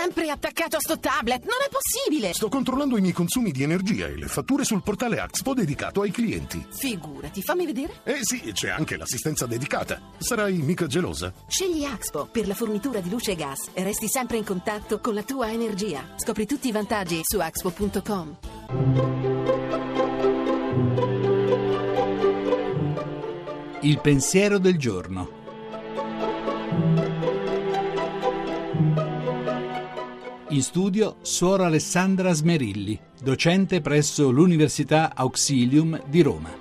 sempre attaccato a sto tablet, non è possibile! Sto controllando i miei consumi di energia e le fatture sul portale Axpo dedicato ai clienti. Figurati, fammi vedere. Sì, c'è anche l'assistenza dedicata. Sarai mica gelosa? Scegli Axpo per la fornitura di luce e gas e resti sempre in contatto con la tua energia. Scopri tutti i vantaggi su axpo.com. Il pensiero del giorno. In studio Suor Alessandra Smerilli, docente presso l'Università Auxilium di Roma.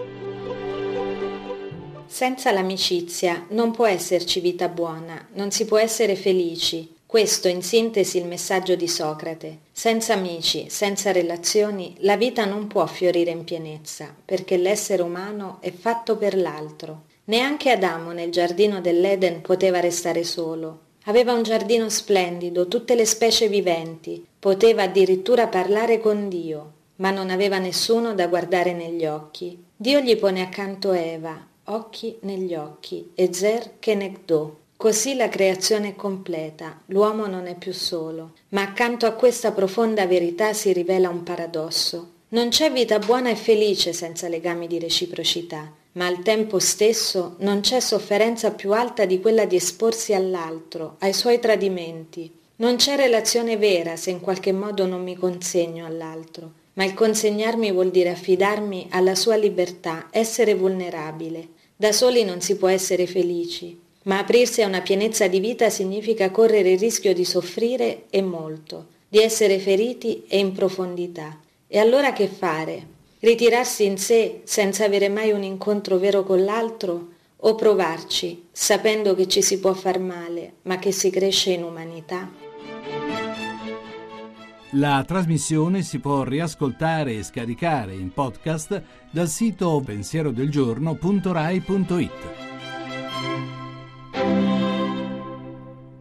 Senza l'amicizia non può esserci vita buona, non si può essere felici. Questo in sintesi il messaggio di Socrate. Senza amici, senza relazioni, la vita non può fiorire in pienezza, perché l'essere umano è fatto per l'altro. Neanche Adamo nel giardino dell'Eden poteva restare solo. Aveva un giardino splendido, tutte le specie viventi, poteva addirittura parlare con Dio, ma non aveva nessuno da guardare negli occhi. Dio gli pone accanto Eva, occhi negli occhi, e Zer Kenegdo. Così la creazione è completa, l'uomo non è più solo. Ma accanto a questa profonda verità si rivela un paradosso. Non c'è vita buona e felice senza legami di reciprocità. Ma al tempo stesso non c'è sofferenza più alta di quella di esporsi all'altro, ai suoi tradimenti. Non c'è relazione vera se in qualche modo non mi consegno all'altro, ma il consegnarmi vuol dire affidarmi alla sua libertà, essere vulnerabile. Da soli non si può essere felici, ma aprirsi a una pienezza di vita significa correre il rischio di soffrire e molto, di essere feriti e in profondità. E allora che fare? Ritirarsi in sé senza avere mai un incontro vero con l'altro o provarci sapendo che ci si può far male ma che si cresce in umanità? La trasmissione si può riascoltare e scaricare in podcast dal sito pensierodelgiorno.rai.it.